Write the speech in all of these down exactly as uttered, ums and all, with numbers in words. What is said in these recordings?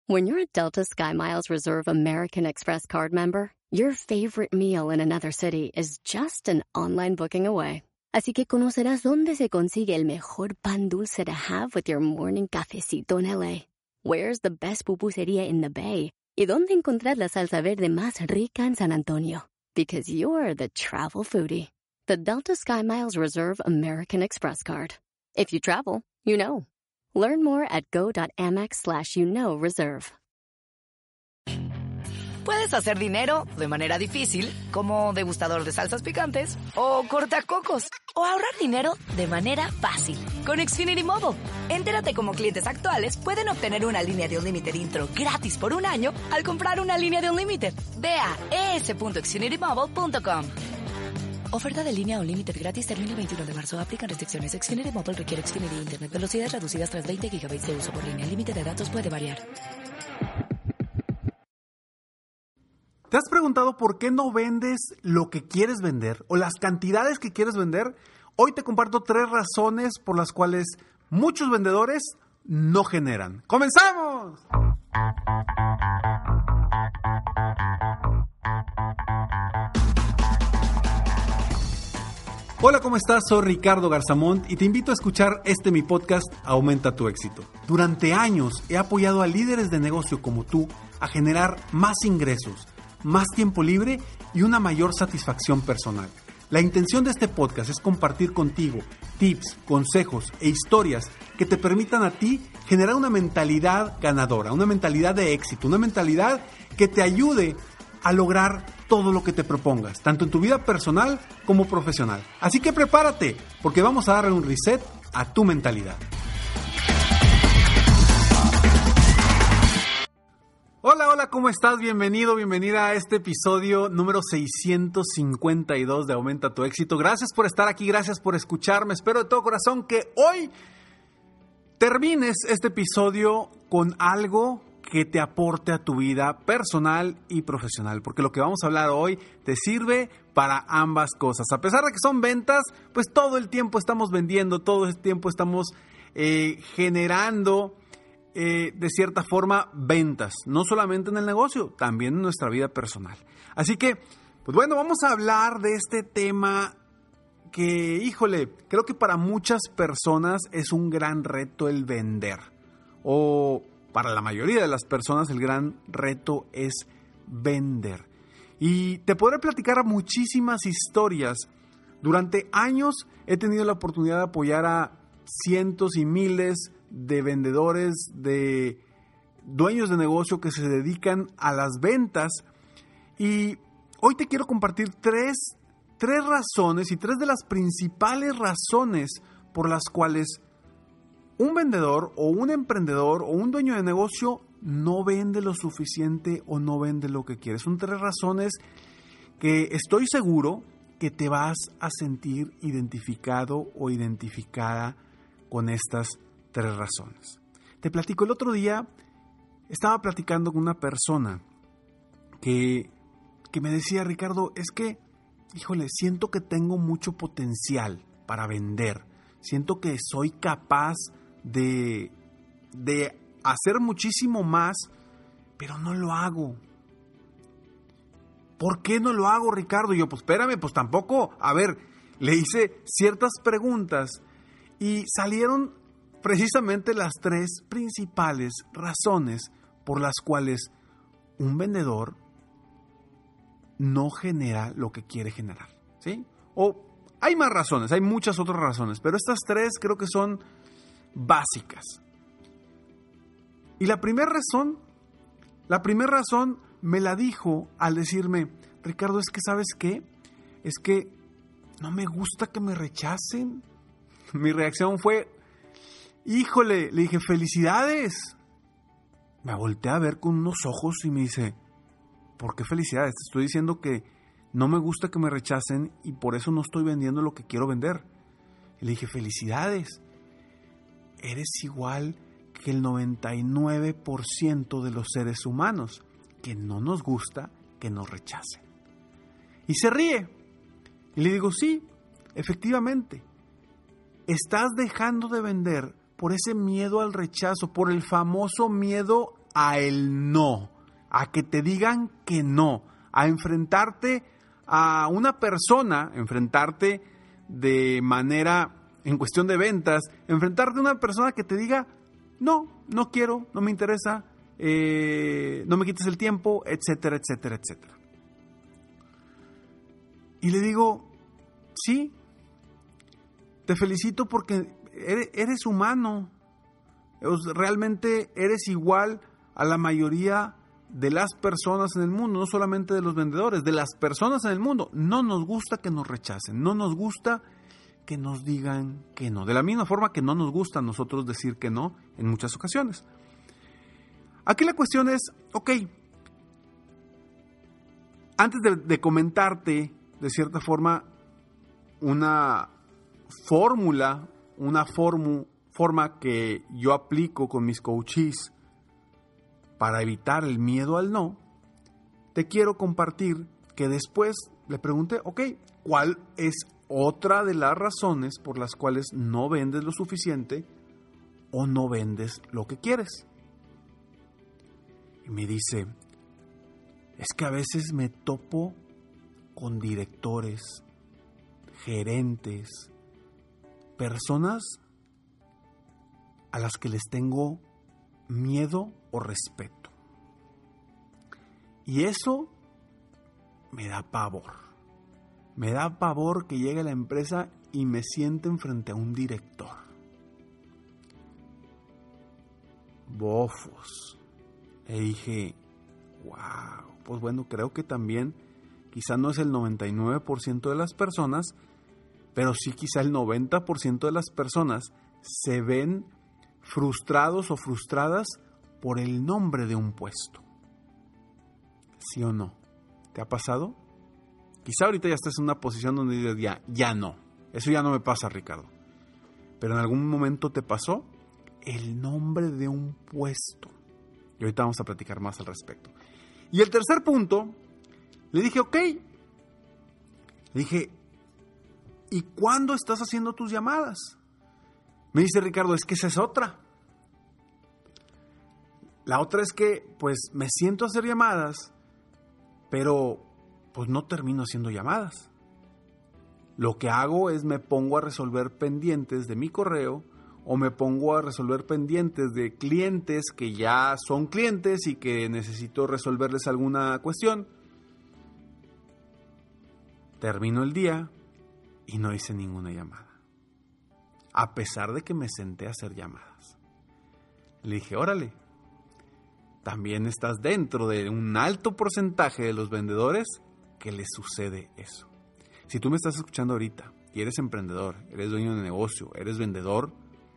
When you're a Delta SkyMiles Reserve American Express card member, your favorite meal in another city is just an online booking away. Así que conocerás dónde se consigue el mejor pan dulce to have with your morning cafecito en L A. Where's the best pupusería in the Bay? Y dónde encontrar la salsa verde más rica en San Antonio. Because you're the travel foodie. The Delta SkyMiles Reserve American Express card. If you travel, you know. Learn more at go.amex slash you know reserve. Puedes hacer dinero de manera difícil, como degustador de salsas picantes, o cortacocos, o ahorrar dinero de manera fácil con Xfinity Mobile. Entérate cómo clientes actuales pueden obtener una línea de Unlimited intro gratis por un año al comprar una línea de Unlimited. Ve a es punto xfinity mobile punto com. Oferta de línea Unlimited gratis termina el veintiuno de marzo. Aplican restricciones. Xfinity Mobile requiere Xfinity Internet. Velocidades reducidas tras veinte gigabytes de uso por línea. El límite de datos puede variar. ¿Te has preguntado por qué no vendes lo que quieres vender o las cantidades que quieres vender? Hoy te comparto tres razones por las cuales muchos vendedores no generan. ¡Comenzamos! Hola, ¿cómo estás? Soy Ricardo Garzamont y te invito a escuchar este mi podcast Aumenta tu éxito. Durante años he apoyado a líderes de negocio como tú a generar más ingresos, más tiempo libre y una mayor satisfacción personal. La intención de este podcast es compartir contigo tips, consejos e historias que te permitan a ti generar una mentalidad ganadora, una mentalidad de éxito, una mentalidad que te ayude a lograr todo lo que te propongas, tanto en tu vida personal como profesional. Así que prepárate, porque vamos a darle un reset a tu mentalidad. Hola, hola, ¿cómo estás? Bienvenido, bienvenida a este episodio número seiscientos cincuenta y dos de Aumenta tu éxito. Gracias por estar aquí, gracias por escucharme. Espero de todo corazón que hoy termines este episodio con algo que te aporte a tu vida personal y profesional, porque lo que vamos a hablar hoy te sirve para ambas cosas. A pesar de que son ventas, pues todo el tiempo estamos vendiendo, todo el tiempo estamos eh, generando eh, de cierta forma ventas, no solamente en el negocio, también en nuestra vida personal. Así que, pues bueno, vamos a hablar de este tema que, híjole, creo que para muchas personas es un gran reto el vender, o para la mayoría de las personas el gran reto es vender. Y te podré platicar muchísimas historias. Durante años he tenido la oportunidad de apoyar a cientos y miles de vendedores, de dueños de negocio que se dedican a las ventas. Y hoy te quiero compartir tres, tres razones y tres de las principales razones por las cuales un vendedor o un emprendedor o un dueño de negocio no vende lo suficiente o no vende lo que quiere. Son tres razones que estoy seguro que te vas a sentir identificado o identificada con estas tres razones. Te platico, el otro día estaba platicando con una persona que, que me decía, Ricardo, es que, híjole, siento que tengo mucho potencial para vender. Siento que soy capaz De, de hacer muchísimo más, pero no lo hago. ¿Por qué no lo hago, Ricardo? Y yo, pues espérame, pues tampoco. A ver, le hice ciertas preguntas y salieron precisamente las tres principales razones por las cuales un vendedor no genera lo que quiere generar, ¿sí? O hay más razones, hay muchas otras razones, pero estas tres creo que son básicas. Y la primera razón, la primera razón me la dijo al decirme, Ricardo, es que ¿sabes qué? Es que no me gusta que me rechacen. Mi reacción fue, híjole, le dije, felicidades. Me volteé a ver con unos ojos y me dice, ¿por qué felicidades? Te estoy diciendo que no me gusta que me rechacen y por eso no estoy vendiendo lo que quiero vender. Y le dije, felicidades. Eres igual que el noventa y nueve por ciento de los seres humanos, que no nos gusta que nos rechacen. Y se ríe. Y le digo, sí, efectivamente. Estás dejando de vender por ese miedo al rechazo, por el famoso miedo a el no, a que te digan que no, a enfrentarte a una persona, enfrentarte de manera, en cuestión de ventas, enfrentarte a una persona que te diga, no, no quiero, no me interesa, eh, no me quites el tiempo, etcétera, etcétera, etcétera. Y le digo, sí, te felicito porque eres, eres humano, realmente eres igual a la mayoría de las personas en el mundo, no solamente de los vendedores, de las personas en el mundo. No nos gusta que nos rechacen, no nos gusta que nos digan que no. De la misma forma que no nos gusta a nosotros decir que no en muchas ocasiones. Aquí la cuestión es, ok, antes de, de comentarte de cierta forma una fórmula, una formu, forma que yo aplico con mis coaches para evitar el miedo al no, te quiero compartir que después le pregunté, ok, ¿cuál es otra de las razones por las cuales no vendes lo suficiente o no vendes lo que quieres? Y me dice, es que a veces me topo con directores, gerentes, personas a las que les tengo miedo o respeto. Y eso me da pavor. Me da pavor que llegue a la empresa y me sienten frente a un director. Bofos. Le dije, wow, pues bueno, creo que también, quizá no es el noventa y nueve por ciento de las personas, pero sí quizá el noventa por ciento de las personas se ven frustrados o frustradas por el nombre de un puesto. ¿Sí o no? ¿Te ha pasado? Quizá ahorita ya estás en una posición donde dices, ya, ya no. Eso ya no me pasa, Ricardo. Pero en algún momento te pasó el nombre de un puesto. Y ahorita vamos a platicar más al respecto. Y el tercer punto, le dije, ok. Le dije, ¿y cuándo estás haciendo tus llamadas? Me dice Ricardo, es que esa es otra. La otra es que, pues, me siento a hacer llamadas, pero, pues, no termino haciendo llamadas. Lo que hago es me pongo a resolver pendientes de mi correo o me pongo a resolver pendientes de clientes que ya son clientes y que necesito resolverles alguna cuestión. Termino el día y no hice ninguna llamada, a pesar de que me senté a hacer llamadas. Le dije, órale, también estás dentro de un alto porcentaje de los vendedores que les sucede eso. Si tú me estás escuchando ahorita y eres emprendedor, eres dueño de negocio, eres vendedor,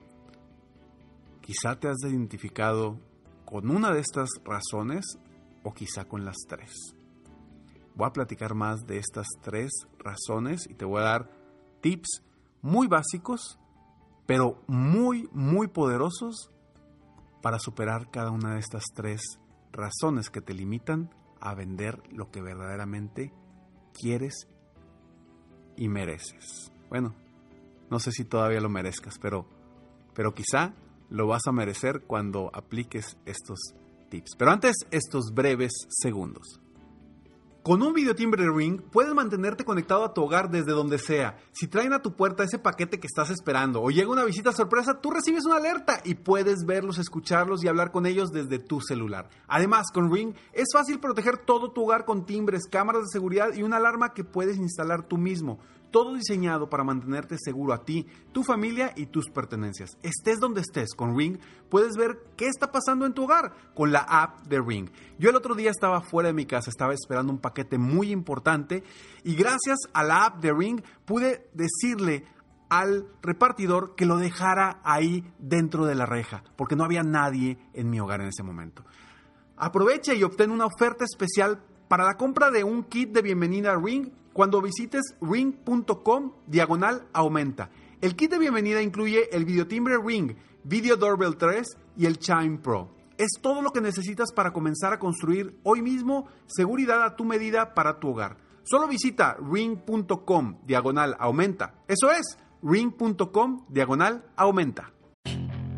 quizá te has identificado con una de estas razones o quizá con las tres. Voy a platicar más de estas tres razones y te voy a dar tips muy básicos, pero muy, muy poderosos para superar cada una de estas tres razones que te limitan a vender lo que verdaderamente quieres y mereces. Bueno, no sé si todavía lo merezcas, pero, pero quizá lo vas a merecer cuando apliques estos tips. Pero antes, estos breves segundos. Con un videotimbre Ring puedes mantenerte conectado a tu hogar desde donde sea. Si traen a tu puerta ese paquete que estás esperando o llega una visita sorpresa, tú recibes una alerta y puedes verlos, escucharlos y hablar con ellos desde tu celular. Además, con Ring es fácil proteger todo tu hogar con timbres, cámaras de seguridad y una alarma que puedes instalar tú mismo. Todo diseñado para mantenerte seguro a ti, tu familia y tus pertenencias. Estés donde estés, con Ring puedes ver qué está pasando en tu hogar con la app de Ring. Yo el otro día estaba fuera de mi casa, estaba esperando un paquete muy importante y gracias a la app de Ring pude decirle al repartidor que lo dejara ahí dentro de la reja, porque no había nadie en mi hogar en ese momento. Aprovecha y obtén una oferta especial para la compra de un kit de bienvenida a Ring cuando visites ring punto com diagonal aumenta. El kit de bienvenida incluye el videotimbre Ring, Video Doorbell tres y el Chime Pro. Es todo lo que necesitas para comenzar a construir hoy mismo seguridad a tu medida para tu hogar. Solo visita ring punto com diagonal aumenta. Eso es, ring punto com diagonal aumenta.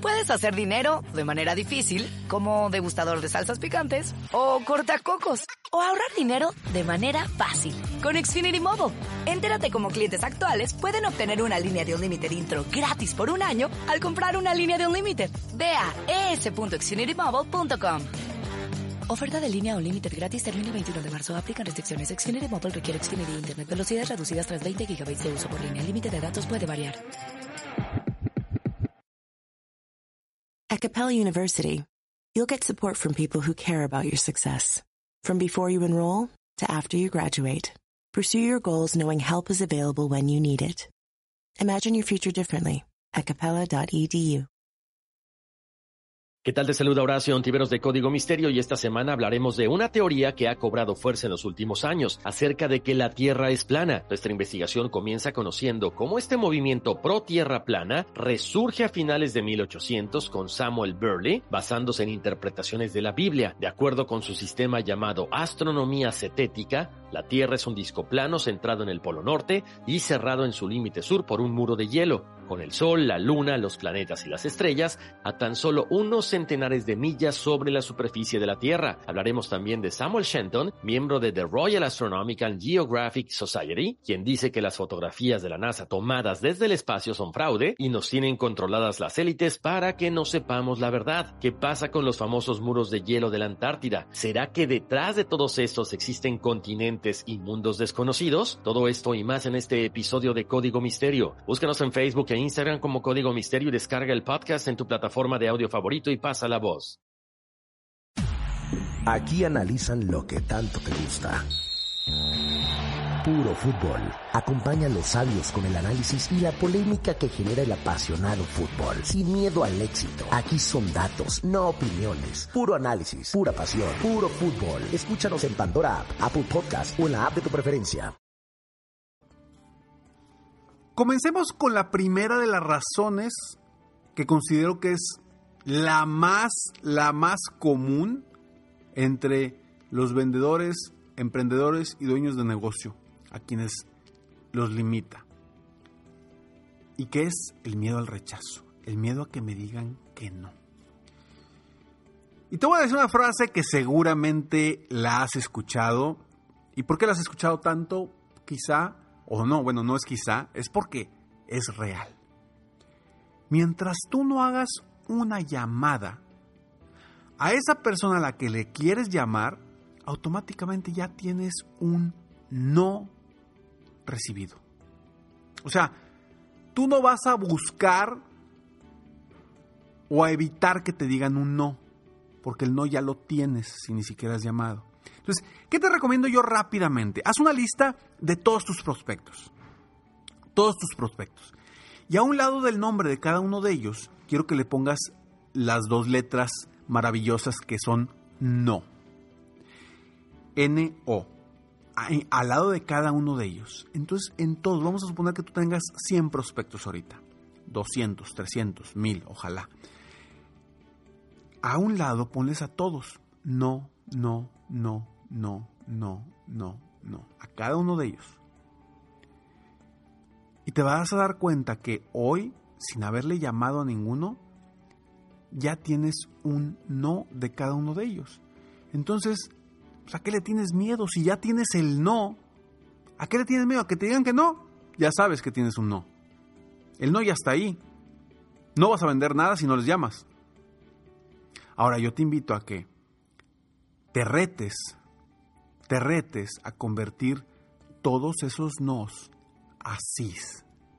Puedes hacer dinero de manera difícil, como degustador de salsas picantes, o cortacocos, o ahorrar dinero de manera fácil con Xfinity Mobile. Entérate cómo clientes actuales pueden obtener una línea de Unlimited intro gratis por un año al comprar una línea de Unlimited. Ve a es punto xfinity mobile punto com. Oferta de línea Unlimited gratis termina el veintiuno de marzo. Aplican restricciones. Xfinity Mobile requiere Xfinity Internet. Velocidades reducidas tras veinte gigabytes de uso por línea. El límite de datos puede variar. At Capella University, you'll get support from people who care about your success. From before you enroll to after you graduate, pursue your goals knowing help is available when you need it. Imagine your future differently at capella dot e d u. ¿Qué tal? Te saluda Horacio Ontiveros de Código Misterio y esta semana hablaremos de una teoría que ha cobrado fuerza en los últimos años acerca de que la Tierra es plana. Nuestra investigación comienza conociendo cómo este movimiento pro Tierra plana resurge a finales de mil ochocientos con Samuel Burley, basándose en interpretaciones de la Biblia. De acuerdo con su sistema llamado astronomía cetética, la Tierra es un disco plano centrado en el polo norte y cerrado en su límite sur por un muro de hielo, con el Sol, la Luna, los planetas y las estrellas a tan solo unos centenares de millas sobre la superficie de la Tierra. Hablaremos también de Samuel Shenton, miembro de The Royal Astronomical and Geographic Society, quien dice que las fotografías de la NASA tomadas desde el espacio son fraude y nos tienen controladas las élites para que no sepamos la verdad. ¿Qué pasa con los famosos muros de hielo de la Antártida? ¿Será que detrás de todos estos existen continentes y mundos desconocidos? Todo esto y más en este episodio de Código Misterio. Búscanos en Facebook e Instagram como Código Misterio y descarga el podcast en tu plataforma de audio favorito y pasa la voz. Aquí analizan lo que tanto te gusta. Puro fútbol. Acompaña a los sabios con el análisis y la polémica que genera el apasionado fútbol. Sin miedo al éxito. Aquí son datos, no opiniones. Puro análisis, pura pasión, puro fútbol. Escúchanos en Pandora App, Apple Podcast o en la app de tu preferencia. Comencemos con la primera de las razones que considero que es la más, la más común entre los vendedores, emprendedores y dueños de negocio, a quienes los limita. Y que es el miedo al rechazo, el miedo a que me digan que no. Y te voy a decir una frase que seguramente la has escuchado. ¿Y por qué la has escuchado tanto? Quizá, o no, bueno, no es quizá, es porque es real. Mientras tú no hagas una llamada a esa persona a la que le quieres llamar, automáticamente ya tienes un no recibido. O sea, tú no vas a buscar o a evitar que te digan un no, porque el no ya lo tienes si ni siquiera has llamado. Entonces, ¿qué te recomiendo yo rápidamente? Haz una lista de todos tus prospectos. Todos tus prospectos. Y a un lado del nombre de cada uno de ellos, quiero que le pongas las dos letras maravillosas que son no. N O. Al lado de cada uno de ellos. Entonces, en todos, vamos a suponer que tú tengas cien prospectos ahorita. doscientos, trescientos, mil, ojalá. A un lado ponles a todos. No, no, no, no, no, no, no. A cada uno de ellos. Y te vas a dar cuenta que hoy, sin haberle llamado a ninguno, ya tienes un no de cada uno de ellos. Entonces, ¿a qué le tienes miedo? Si ya tienes el no, ¿a qué le tienes miedo? ¿A que te digan que no? Ya sabes que tienes un no. El no ya está ahí. No vas a vender nada si no les llamas. Ahora yo te invito a que te retes, te retes a convertir todos esos nos a sís.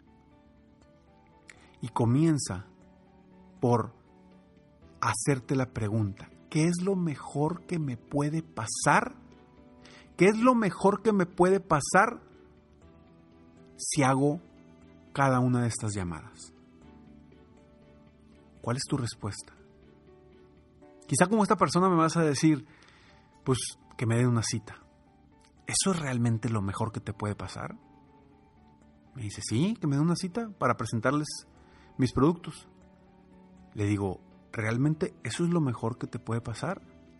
Y comienza por hacerte la pregunta: ¿qué es lo mejor que me puede pasar? ¿Qué es lo mejor que me puede pasar si hago cada una de estas llamadas? ¿Cuál es tu respuesta? Quizá como esta persona me vas a decir, pues que me den una cita. ¿Eso es realmente lo mejor que te puede pasar? Me dice, sí, que me den una cita para presentarles mis productos. Le digo, ¿realmente eso es lo mejor que te puede pasar?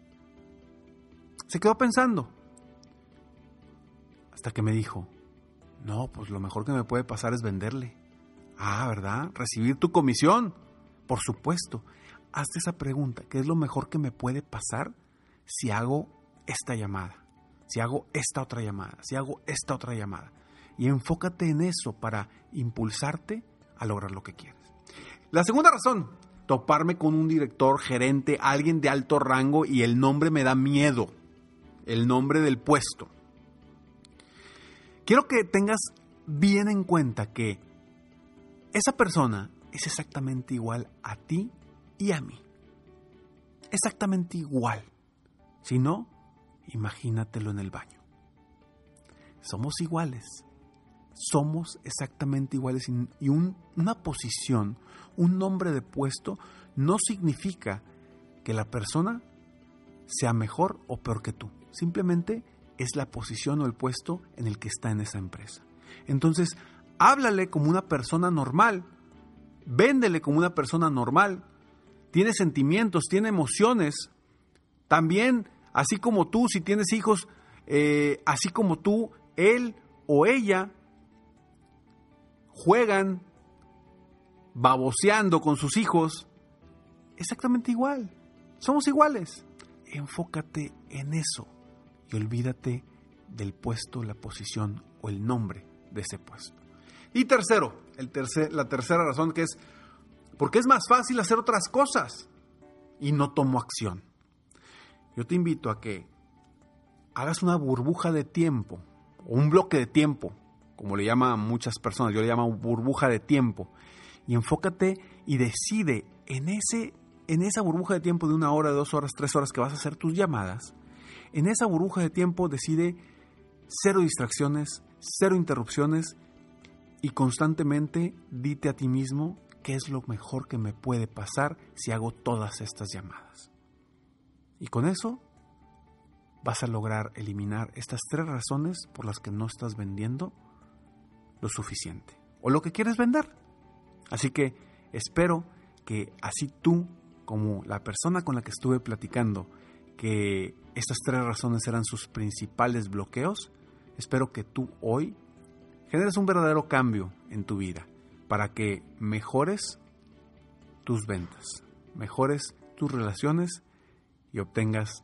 Se quedó pensando. Hasta que me dijo, no, pues lo mejor que me puede pasar es venderle. Ah, ¿verdad? Recibir tu comisión. Por supuesto, hazte esa pregunta, ¿qué es lo mejor que me puede pasar si hago esta llamada? Si hago esta otra llamada, si hago esta otra llamada. Y enfócate en eso para impulsarte a lograr lo que quieres. La segunda razón, toparme con un director, gerente, alguien de alto rango y el nombre me da miedo. El nombre del puesto. Quiero que tengas bien en cuenta que esa persona es exactamente igual a ti y a mí. Exactamente igual. Si no, imagínatelo en el baño. Somos iguales. Somos exactamente iguales. Y un, una posición, un nombre de puesto, no significa que la persona sea mejor o peor que tú. Simplemente es la posición o el puesto en el que está en esa empresa. Entonces, háblale como una persona normal. Véndele como una persona normal. Tiene sentimientos, tiene emociones. También, así como tú, si tienes hijos, eh, así como tú, él o ella juegan baboseando con sus hijos. Exactamente igual. Somos iguales. Enfócate en eso y olvídate del puesto, la posición o el nombre de ese puesto. Y tercero, el tercer, la tercera razón, que es porque es más fácil hacer otras cosas y no tomo acción. Yo te invito a que hagas una burbuja de tiempo o un bloque de tiempo, como le llaman muchas personas, yo le llamo burbuja de tiempo, y enfócate y decide en ese en esa burbuja de tiempo de una hora, dos horas, tres horas que vas a hacer tus llamadas. En esa burbuja de tiempo decide cero distracciones, cero interrupciones y constantemente dite a ti mismo qué es lo mejor que me puede pasar si hago todas estas llamadas. Y con eso vas a lograr eliminar estas tres razones por las que no estás vendiendo lo suficiente o lo que quieres vender. Así que espero que así tú, como la persona con la que estuve platicando, que estas tres razones eran sus principales bloqueos, espero que tú hoy generes un verdadero cambio en tu vida para que mejores tus ventas, mejores tus relaciones y obtengas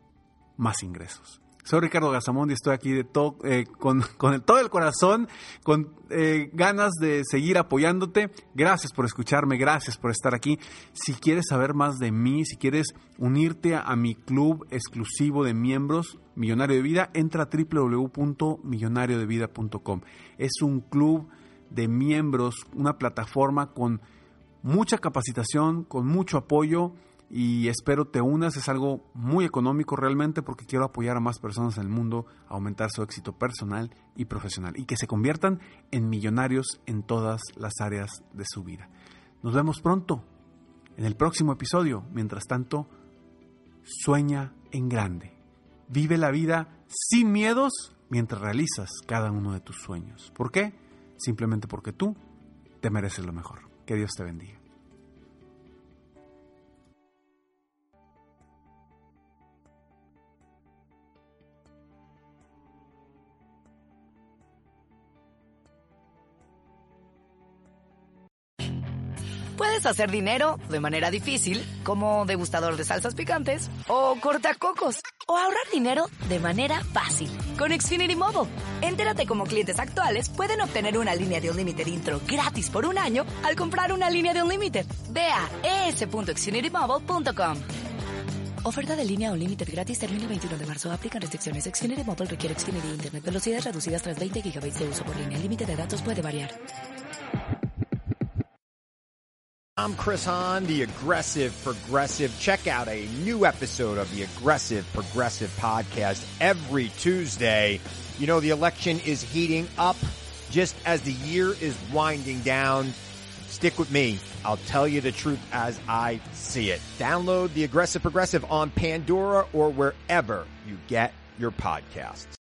más ingresos. Soy Ricardo Garzamond y estoy aquí de todo, eh, con, con el, todo el corazón, con eh, ganas de seguir apoyándote. Gracias por escucharme, gracias por estar aquí. Si quieres saber más de mí, si quieres unirte a, a mi club exclusivo de miembros, Millonario de Vida, entra a doble u doble u doble u punto millonario de vida punto com. Es un club de miembros, una plataforma con mucha capacitación, con mucho apoyo. Y espero te unas, es algo muy económico realmente porque quiero apoyar a más personas en el mundo a aumentar su éxito personal y profesional y que se conviertan en millonarios en todas las áreas de su vida. Nos vemos pronto en el próximo episodio. Mientras tanto, sueña en grande. Vive la vida sin miedos mientras realizas cada uno de tus sueños. ¿Por qué? Simplemente porque tú te mereces lo mejor. Que Dios te bendiga. Puedes hacer dinero de manera difícil, como degustador de salsas picantes, o cortacocos, o ahorrar dinero de manera fácil con Xfinity Mobile. Entérate cómo clientes actuales pueden obtener una línea de Unlimited intro gratis por un año al comprar una línea de Unlimited. Ve a es punto xfinity mobile punto com. Oferta de línea Unlimited gratis termina el veintiuno de marzo. Aplican restricciones. Xfinity Mobile requiere Xfinity Internet. Velocidades reducidas tras veinte gigabytes de uso por línea. El límite de datos puede variar. I'm Chris Hahn, the Aggressive Progressive. Check out a new episode of the Aggressive Progressive podcast every Tuesday. You know, the election is heating up just as the year is winding down. Stick with me. I'll tell you the truth as I see it. Download the Aggressive Progressive on Pandora or wherever you get your podcasts.